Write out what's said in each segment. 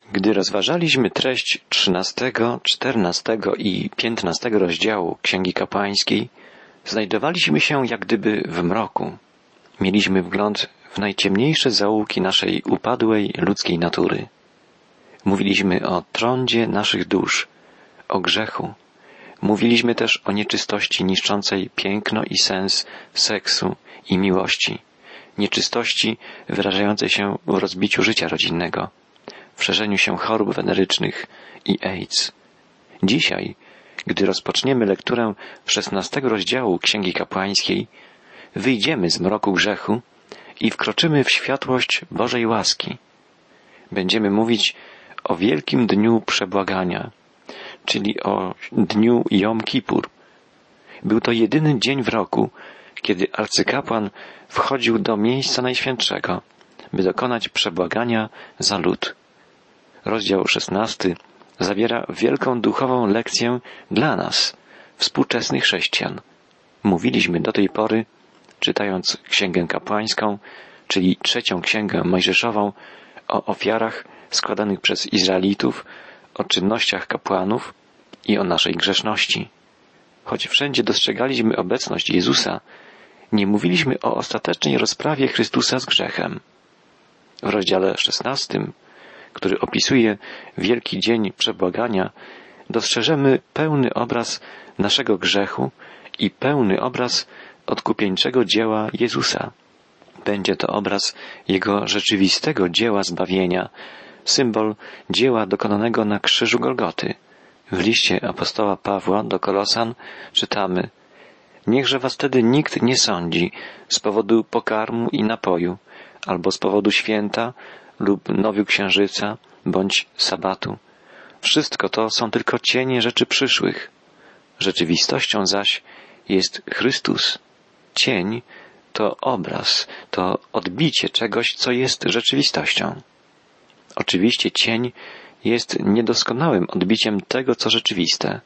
Gdy rozważaliśmy treść 13, 14 i 15 rozdziału Księgi Kapłańskiej, znajdowaliśmy się jak gdyby w mroku. Mieliśmy wgląd w najciemniejsze zaułki naszej upadłej ludzkiej natury. Mówiliśmy o trądzie naszych dusz, o grzechu. Mówiliśmy też o nieczystości niszczącej piękno i sens seksu i miłości, nieczystości wyrażającej się w rozbiciu życia rodzinnego, w szerzeniu się chorób wenerycznych i AIDS. Dzisiaj, gdy rozpoczniemy lekturę 16 rozdziału Księgi Kapłańskiej, wyjdziemy z mroku grzechu i wkroczymy w światłość Bożej łaski. Będziemy mówić o wielkim dniu przebłagania, czyli o dniu Jom Kippur. Był to jedyny dzień w roku, kiedy arcykapłan wchodził do miejsca najświętszego, by dokonać przebłagania za lud. Rozdział 16 zawiera wielką duchową lekcję dla nas, współczesnych chrześcijan. Mówiliśmy do tej pory, czytając Księgę Kapłańską, czyli trzecią Księgę Mojżeszową, o ofiarach składanych przez Izraelitów, o czynnościach kapłanów i o naszej grzeszności. Choć wszędzie dostrzegaliśmy obecność Jezusa, nie mówiliśmy o ostatecznej rozprawie Chrystusa z grzechem. W rozdziale 16, który opisuje wielki dzień przebłagania, dostrzeżemy pełny obraz naszego grzechu i pełny obraz odkupieńczego dzieła Jezusa. Będzie to obraz Jego rzeczywistego dzieła zbawienia, symbol dzieła dokonanego na krzyżu Golgoty. W liście apostoła Pawła do Kolosan czytamy: niechże was wtedy nikt nie sądzi z powodu pokarmu i napoju, albo z powodu święta lub nowiu księżyca, bądź sabatu. Wszystko to są tylko cienie rzeczy przyszłych. Rzeczywistością zaś jest Chrystus. Cień to obraz, to odbicie czegoś, co jest rzeczywistością. Oczywiście cień jest niedoskonałym odbiciem tego, co rzeczywiste.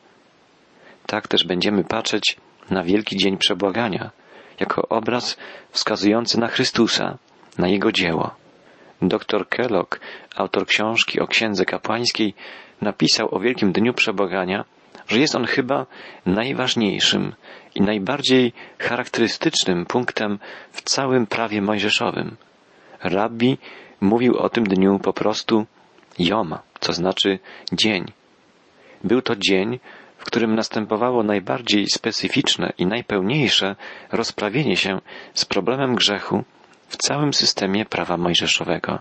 Tak też będziemy patrzeć na wielki dzień przebłagania, jako obraz wskazujący na Chrystusa, na Jego dzieło. Dr Kellogg, autor książki o Księdze Kapłańskiej, napisał o wielkim dniu przebłagania, że jest on chyba najważniejszym i najbardziej charakterystycznym punktem w całym prawie mojżeszowym. Rabbi mówił o tym dniu po prostu Jom, co znaczy dzień. Był to dzień, w którym następowało najbardziej specyficzne i najpełniejsze rozprawienie się z problemem grzechu w całym systemie prawa mojżeszowego.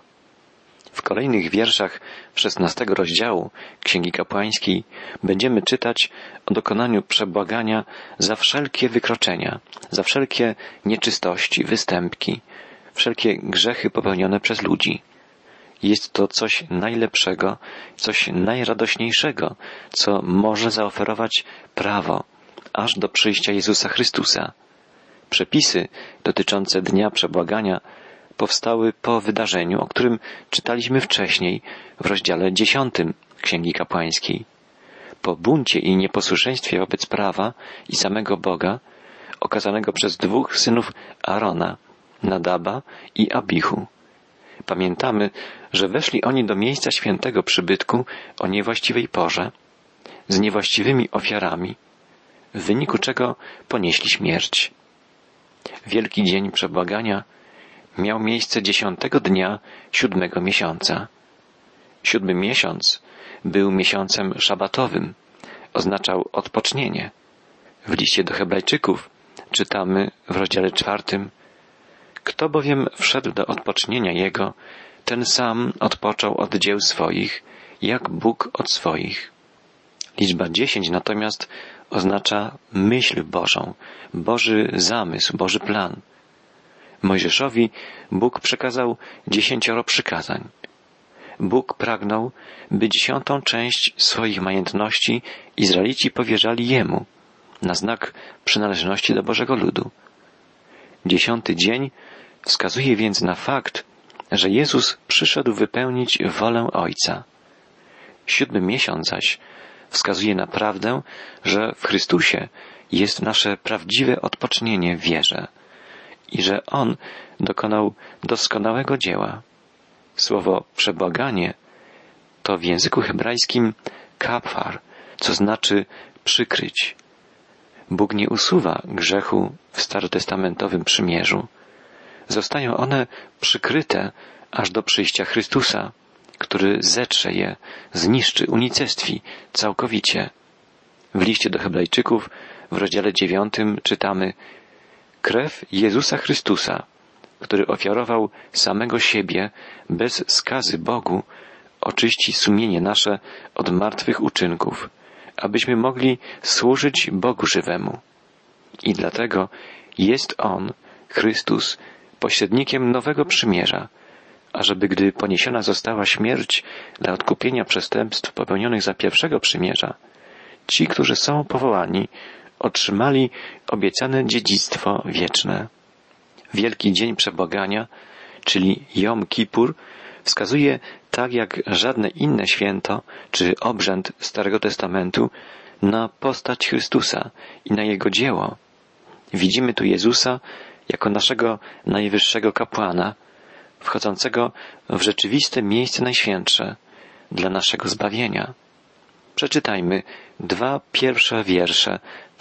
W kolejnych wierszach 16 rozdziału Księgi Kapłańskiej będziemy czytać o dokonaniu przebłagania za wszelkie wykroczenia, za wszelkie nieczystości, występki, wszelkie grzechy popełnione przez ludzi. Jest to coś najlepszego, coś najradośniejszego, co może zaoferować prawo, aż do przyjścia Jezusa Chrystusa. Przepisy dotyczące Dnia Przebłagania powstały po wydarzeniu, o którym czytaliśmy wcześniej w rozdziale 10 Księgi Kapłańskiej. Po buncie i nieposłuszeństwie wobec prawa i samego Boga, okazanego przez dwóch synów Aarona, Nadaba i Abichu. Pamiętamy, że weszli oni do miejsca świętego przybytku o niewłaściwej porze, z niewłaściwymi ofiarami, w wyniku czego ponieśli śmierć. Wielki dzień przebłagania miał miejsce 10 dnia 7 miesiąca. 7 miesiąc był miesiącem szabatowym, oznaczał odpocznienie. W liście do Hebrajczyków czytamy w rozdziale 4: kto bowiem wszedł do odpocznienia Jego, ten sam odpoczął od dzieł swoich, jak Bóg od swoich. Liczba 10 natomiast oznacza myśl Bożą, Boży zamysł, Boży plan. Mojżeszowi Bóg przekazał 10 przykazań. Bóg pragnął, by 10 część swoich majątności Izraelici powierzali Jemu, na znak przynależności do Bożego ludu. 10 dzień wskazuje więc na fakt, że Jezus przyszedł wypełnić wolę Ojca. 7 miesiąc zaś wskazuje na prawdę, że w Chrystusie jest nasze prawdziwe odpocznienie w wierze i że On dokonał doskonałego dzieła. Słowo przebłaganie to w języku hebrajskim kapfar, co znaczy przykryć. Bóg nie usuwa grzechu w starotestamentowym przymierzu. Zostają one przykryte aż do przyjścia Chrystusa, który zetrze je, zniszczy, unicestwi całkowicie. W liście do Hebrajczyków w rozdziale 9 czytamy: krew Jezusa Chrystusa, który ofiarował samego siebie bez skazy Bogu, oczyści sumienie nasze od martwych uczynków, abyśmy mogli służyć Bogu żywemu. I dlatego jest On, Chrystus, pośrednikiem nowego przymierza, ażeby gdy poniesiona została śmierć dla odkupienia przestępstw popełnionych za pierwszego przymierza, ci, którzy są powołani, otrzymali obiecane dziedzictwo wieczne. Wielki Dzień Przebłagania, czyli Jom Kippur, wskazuje, tak jak żadne inne święto czy obrzęd Starego Testamentu, na postać Chrystusa i na Jego dzieło. Widzimy tu Jezusa jako naszego najwyższego kapłana, wchodzącego w rzeczywiste miejsce najświętsze dla naszego zbawienia. Przeczytajmy 2 pierwsze wiersze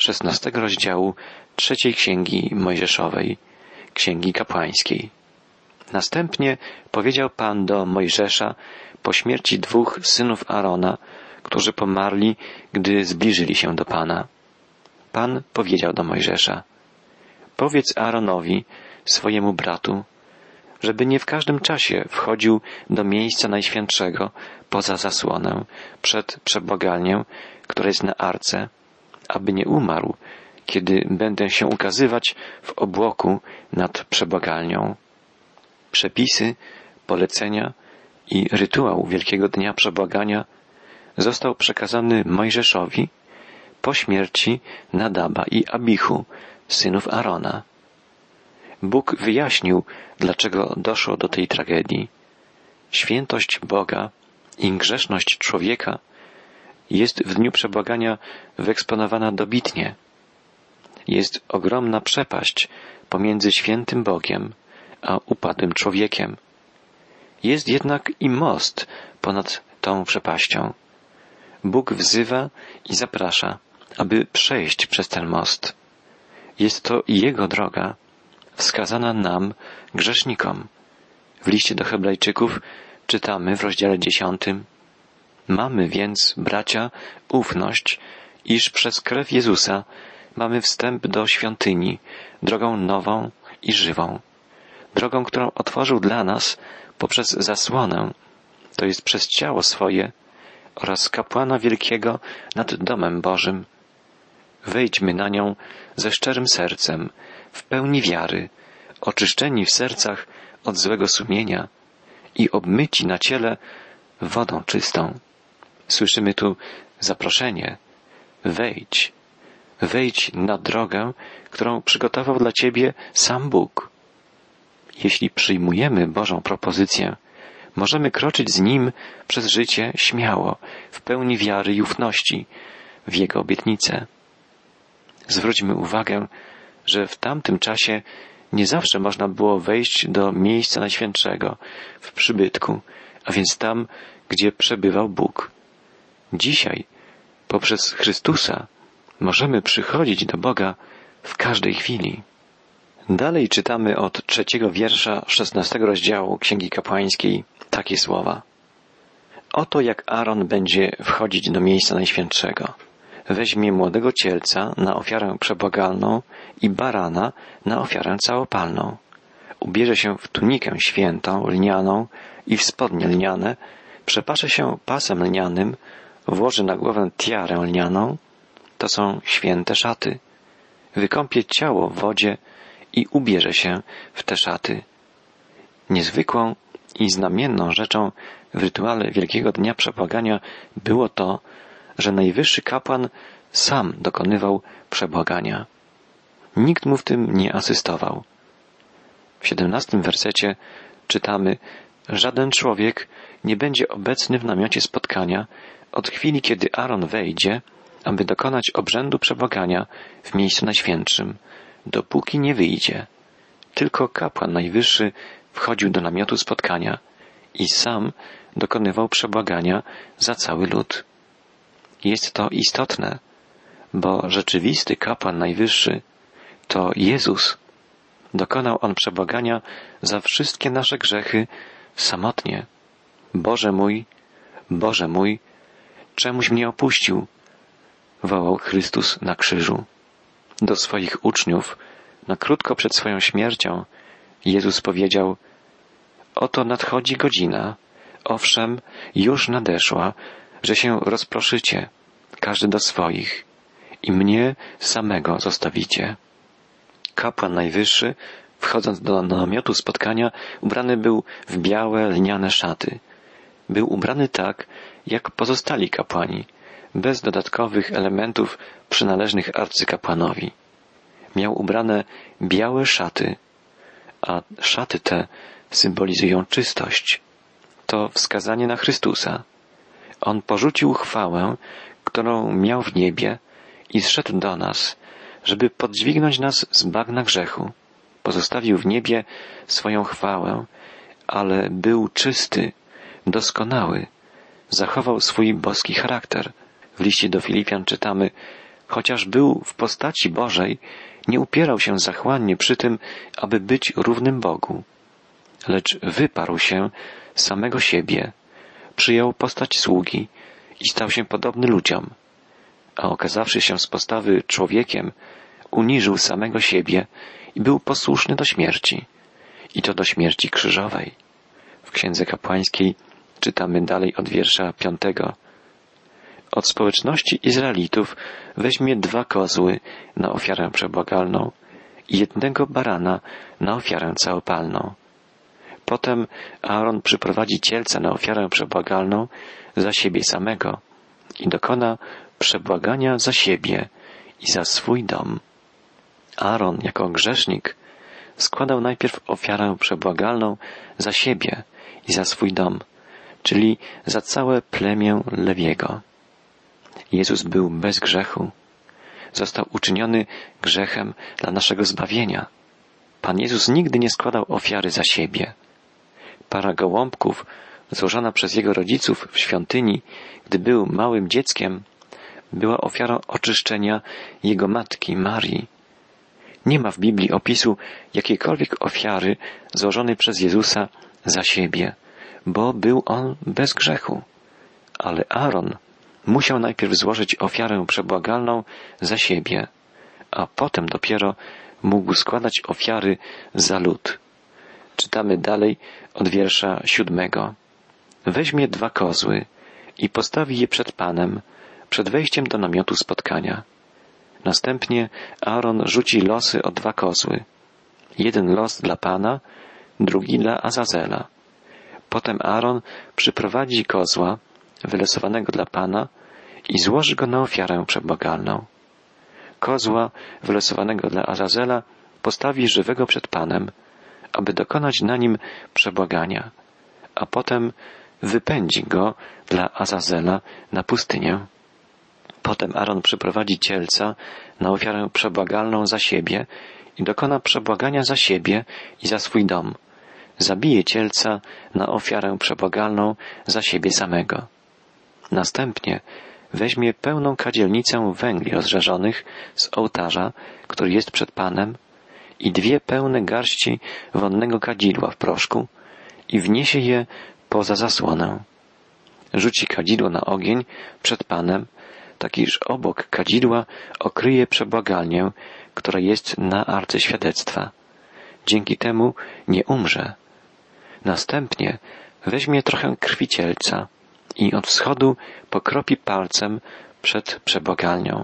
16 rozdziału 3 Księgi Mojżeszowej, Księgi Kapłańskiej. Następnie powiedział Pan do Mojżesza po śmierci 2 synów Aarona, którzy pomarli, gdy zbliżyli się do Pana. Pan powiedział do Mojżesza: powiedz Aaronowi, swojemu bratu, żeby nie w każdym czasie wchodził do miejsca najświętszego poza zasłonę, przed przebłagalnię, która jest na arce, aby nie umarł, kiedy będę się ukazywać w obłoku nad przebłagalnią. Przepisy, polecenia i rytuał Wielkiego Dnia Przebłagania został przekazany Mojżeszowi po śmierci Nadaba i Abichu, synów Aarona. Bóg wyjaśnił, dlaczego doszło do tej tragedii. Świętość Boga i grzeszność człowieka jest w dniu przebłagania wyeksponowana dobitnie. Jest ogromna przepaść pomiędzy świętym Bogiem a upadłym człowiekiem. Jest jednak i most ponad tą przepaścią. Bóg wzywa i zaprasza, aby przejść przez ten most. Jest to Jego droga, wskazana nam, grzesznikom. W liście do Hebrajczyków czytamy w rozdziale 10: mamy więc, bracia, ufność, iż przez krew Jezusa mamy wstęp do świątyni, drogą nową i żywą. Drogą, którą otworzył dla nas poprzez zasłonę, to jest przez ciało swoje oraz kapłana wielkiego nad domem Bożym. Wejdźmy na nią ze szczerym sercem, w pełni wiary, oczyszczeni w sercach od złego sumienia i obmyci na ciele wodą czystą. Słyszymy tu zaproszenie: wejdź, wejdź na drogę, którą przygotował dla ciebie sam Bóg. Jeśli przyjmujemy Bożą propozycję, możemy kroczyć z Nim przez życie śmiało, w pełni wiary i ufności w Jego obietnice. Zwróćmy uwagę, że w tamtym czasie nie zawsze można było wejść do miejsca najświętszego w przybytku, a więc tam, gdzie przebywał Bóg. Dzisiaj, poprzez Chrystusa, możemy przychodzić do Boga w każdej chwili. Dalej czytamy od 3 wiersza 16 rozdziału Księgi Kapłańskiej takie słowa: oto jak Aaron będzie wchodzić do miejsca najświętszego. Weźmie młodego cielca na ofiarę przebłagalną i barana na ofiarę całopalną. Ubierze się w tunikę świętą, lnianą i w spodnie lniane, przepasze się pasem lnianym, włoży na głowę tiarę lnianą, to są święte szaty. Wykąpie ciało w wodzie i ubierze się w te szaty. Niezwykłą i znamienną rzeczą w rytuale Wielkiego Dnia Przebłagania było to, że najwyższy kapłan sam dokonywał przebłagania. Nikt mu w tym nie asystował. W 17 wersecie czytamy: żaden człowiek nie będzie obecny w namiocie spotkania od chwili, kiedy Aaron wejdzie, aby dokonać obrzędu przebłagania w miejscu najświętszym, dopóki nie wyjdzie. Tylko kapłan najwyższy wchodził do namiotu spotkania i sam dokonywał przebłagania za cały lud. Jest to istotne, bo rzeczywisty kapłan najwyższy to Jezus. Dokonał On przebłagania za wszystkie nasze grzechy samotnie. Boże mój, czemuś mnie opuścił? Wołał Chrystus na krzyżu. Do swoich uczniów, na krótko przed swoją śmiercią, Jezus powiedział: oto nadchodzi godzina, owszem, już nadeszła, że się rozproszycie, każdy do swoich, i mnie samego zostawicie. Kapłan najwyższy, wchodząc do namiotu spotkania, ubrany był w białe, lniane szaty. Był ubrany tak, jak pozostali kapłani, bez dodatkowych elementów przynależnych arcykapłanowi. Miał ubrane białe szaty, a szaty te symbolizują czystość. To wskazanie na Chrystusa. On porzucił chwałę, którą miał w niebie i zszedł do nas, żeby podźwignąć nas z bagna grzechu. Pozostawił w niebie swoją chwałę, ale był czysty, doskonały, zachował swój boski charakter. W liście do Filipian czytamy: chociaż był w postaci Bożej, nie upierał się zachłannie przy tym, aby być równym Bogu, lecz wyparł się samego siebie, przyjął postać sługi i stał się podobny ludziom, a okazawszy się z postawy człowiekiem, uniżył samego siebie i był posłuszny do śmierci, i to do śmierci krzyżowej. W Księdze Kapłańskiej czytamy dalej od wiersza 5. Od społeczności Izraelitów weźmie 2 kozły na ofiarę przebłagalną i 1 barana na ofiarę całopalną. Potem Aaron przyprowadzi cielca na ofiarę przebłagalną za siebie samego i dokona przebłagania za siebie i za swój dom. Aaron jako grzesznik składał najpierw ofiarę przebłagalną za siebie i za swój dom, czyli za całe plemię Lewiego. Jezus był bez grzechu. Został uczyniony grzechem dla naszego zbawienia. Pan Jezus nigdy nie składał ofiary za siebie. Para gołąbków złożona przez Jego rodziców w świątyni, gdy był małym dzieckiem, była ofiarą oczyszczenia Jego matki Marii. Nie ma w Biblii opisu jakiejkolwiek ofiary złożonej przez Jezusa za siebie, bo był On bez grzechu. Ale Aaron musiał najpierw złożyć ofiarę przebłagalną za siebie, a potem dopiero mógł składać ofiary za lud. Czytamy dalej od wiersza 7. Weźmie 2 kozły i postawi je przed Panem, przed wejściem do namiotu spotkania. Następnie Aaron rzuci losy o 2 kozły. 1 los dla Pana, drugi dla Azazela. Potem Aaron przyprowadzi kozła, wylosowanego dla Pana, i złoży go na ofiarę przebłagalną. Kozła, wylosowanego dla Azazela, postawi żywego przed Panem, aby dokonać na nim przebłagania, a potem wypędzi go dla Azazela na pustynię. Potem Aaron przyprowadzi cielca na ofiarę przebłagalną za siebie i dokona przebłagania za siebie i za swój dom. Zabije cielca na ofiarę przebłagalną za siebie samego. Następnie weźmie pełną kadzielnicę węgli rozżarzonych z ołtarza, który jest przed Panem, i 2 pełne garści wonnego kadzidła w proszku i wniesie je poza zasłonę. Rzuci kadzidło na ogień przed Panem, tak iż obok kadzidła okryje przebłagalnię, która jest na arce świadectwa. Dzięki temu nie umrze. Następnie weźmie trochę krwi cielca i od wschodu pokropi palcem przed przebłagalnią.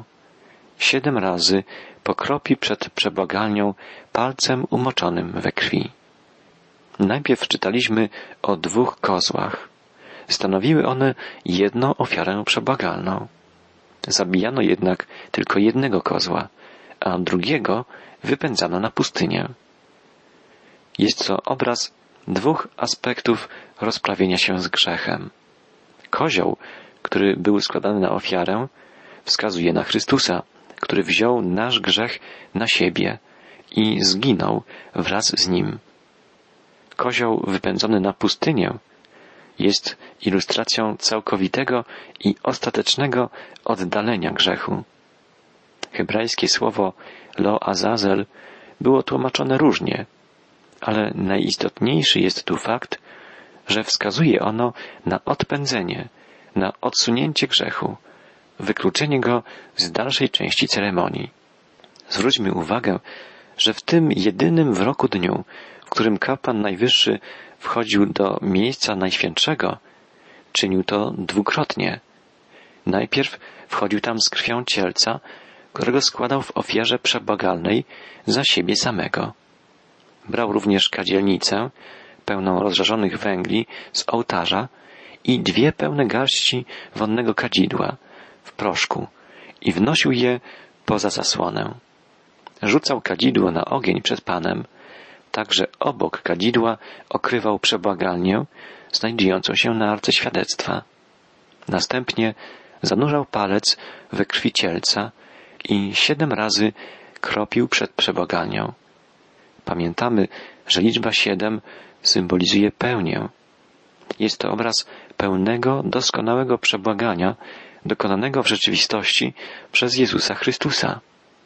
7 razy pokropi przed przebłagalnią palcem umoczonym we krwi. Najpierw czytaliśmy o 2 kozłach. Stanowiły one jedną ofiarę przebłagalną. Zabijano jednak tylko 1 kozła, a drugiego wypędzano na pustynię. Jest to obraz 2 aspektów rozprawienia się z grzechem. Kozioł, który był składany na ofiarę, wskazuje na Chrystusa, który wziął nasz grzech na siebie i zginął wraz z Nim. Kozioł wypędzony na pustynię jest ilustracją całkowitego i ostatecznego oddalenia grzechu. Hebrajskie słowo lo azazel było tłumaczone różnie, ale najistotniejszy jest tu fakt, że wskazuje ono na odpędzenie, na odsunięcie grzechu, wykluczenie go z dalszej części ceremonii. Zwróćmy uwagę, że w tym jedynym w roku dniu, w którym kapłan najwyższy wchodził do miejsca najświętszego, czynił to dwukrotnie. Najpierw wchodził tam z krwią cielca, którego składał w ofierze przebłagalnej za siebie samego. Brał również kadzielnicę, pełną rozżarzonych węgli z ołtarza i 2 pełne garści wonnego kadzidła w proszku i wnosił je poza zasłonę. Rzucał kadzidło na ogień przed Panem, tak że obok kadzidła okrywał przebłagalnię znajdującą się na arce świadectwa. Następnie zanurzał palec we krwi cielca i 7 razy kropił przed przebłagalnią. Pamiętamy, że liczba 7 symbolizuje pełnię. Jest to obraz pełnego, doskonałego przebłagania dokonanego w rzeczywistości przez Jezusa Chrystusa.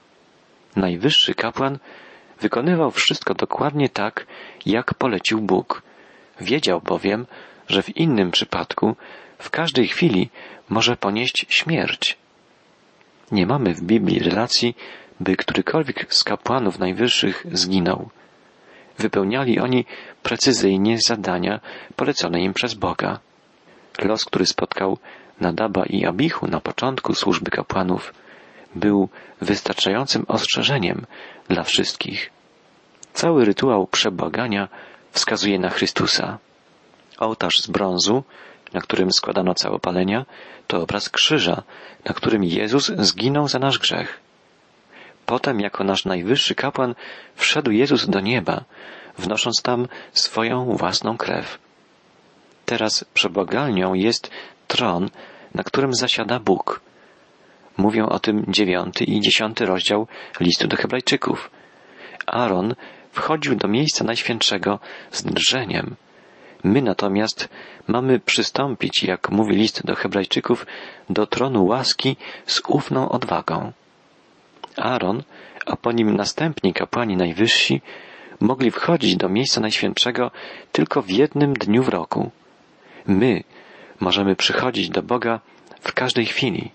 Najwyższy kapłan wykonywał wszystko dokładnie tak, jak polecił Bóg. Wiedział bowiem, że w innym przypadku w każdej chwili może ponieść śmierć. Nie mamy w Biblii relacji, by którykolwiek z kapłanów najwyższych zginął. Wypełniali oni precyzyjnie zadania polecone im przez Boga. Los, który spotkał Nadaba i Abichu na początku służby kapłanów, był wystarczającym ostrzeżeniem dla wszystkich. Cały rytuał przebłagania wskazuje na Chrystusa. Ołtarz z brązu, na którym składano całopalenia, to obraz krzyża, na którym Jezus zginął za nasz grzech. Potem, jako nasz najwyższy kapłan, wszedł Jezus do nieba, wnosząc tam swoją własną krew. Teraz przebłagalnią jest tron, na którym zasiada Bóg. Mówią o tym 9 i 10 rozdział listu do Hebrajczyków. Aaron wchodził do miejsca najświętszego z drżeniem. My natomiast mamy przystąpić, jak mówi list do Hebrajczyków, do tronu łaski z ufną odwagą. Aaron, a po nim następni kapłani najwyżsi, mogli wchodzić do miejsca najświętszego tylko w jednym dniu w roku. My możemy przychodzić do Boga w każdej chwili.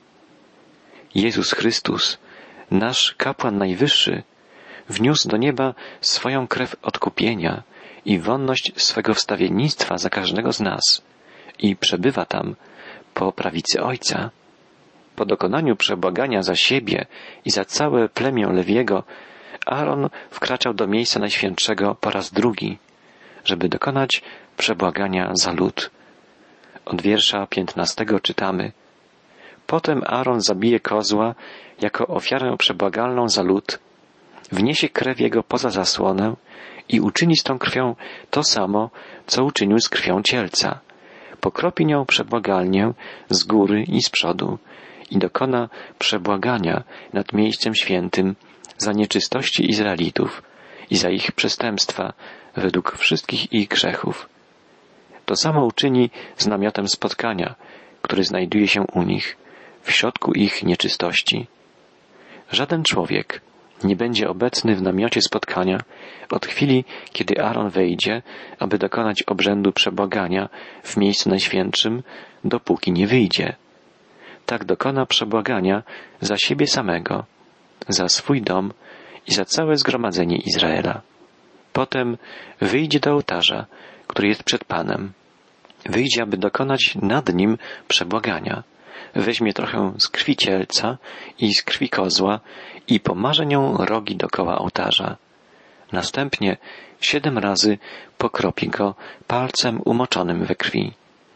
Jezus Chrystus, nasz kapłan najwyższy, wniósł do nieba swoją krew odkupienia i wonność swego wstawiennictwa za każdego z nas i przebywa tam po prawicy Ojca. Po dokonaniu przebłagania za siebie i za całe plemię Lewiego, Aaron wkraczał do miejsca najświętszego po raz drugi, żeby dokonać przebłagania za lud. Od wiersza 15 czytamy: Potem Aaron zabije kozła jako ofiarę przebłagalną za lud, wniesie krew jego poza zasłonę i uczyni z tą krwią to samo, co uczynił z krwią cielca. Pokropi nią przebłagalnię z góry i z przodu i dokona przebłagania nad miejscem świętym za nieczystości Izraelitów i za ich przestępstwa według wszystkich ich grzechów. To samo uczyni z namiotem spotkania, który znajduje się u nich, w środku ich nieczystości. Żaden człowiek nie będzie obecny w namiocie spotkania od chwili, kiedy Aaron wejdzie, aby dokonać obrzędu przebłagania w miejscu najświętszym, dopóki nie wyjdzie. Tak dokona przebłagania za siebie samego, za swój dom i za całe zgromadzenie Izraela. Potem wyjdzie do ołtarza, który jest przed Panem. Wyjdzie, aby dokonać nad nim przebłagania. Weźmie trochę z krwi cielca i z krwi kozła i pomarze nią rogi dokoła ołtarza. Następnie 7 razy pokropi go palcem umoczonym we krwi.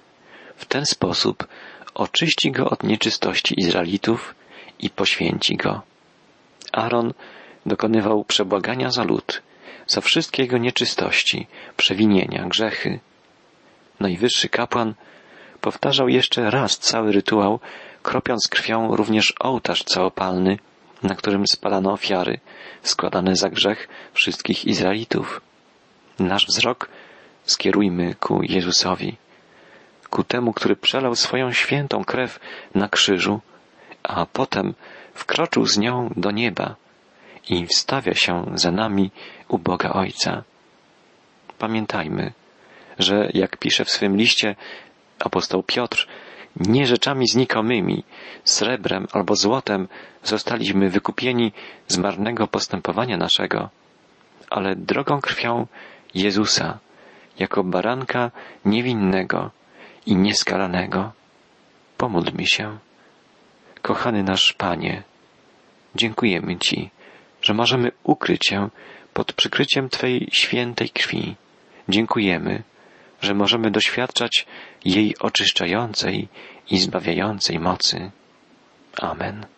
W ten sposób oczyści go od nieczystości Izraelitów i poświęci go. Aaron dokonywał przebłagania za lud, za wszystkie jego nieczystości, przewinienia, grzechy. Najwyższy kapłan powtarzał jeszcze raz cały rytuał, kropiąc krwią również ołtarz całopalny, na którym spalano ofiary składane za grzech wszystkich Izraelitów. Nasz wzrok skierujmy ku Jezusowi. ku temu, który przelał swoją świętą krew na krzyżu, a potem wkroczył z nią do nieba i wstawia się za nami u Boga Ojca. Pamiętajmy, że jak pisze w swym liście apostoł Piotr, nie rzeczami znikomymi, srebrem albo złotem zostaliśmy wykupieni z marnego postępowania naszego, ale drogą krwią Jezusa, jako baranka niewinnego i nieskalanego. Pomódlmy się. Kochany nasz Panie, dziękujemy Ci, że możemy ukryć się pod przykryciem Twej świętej krwi. Dziękujemy, że możemy doświadczać jej oczyszczającej i zbawiającej mocy. Amen.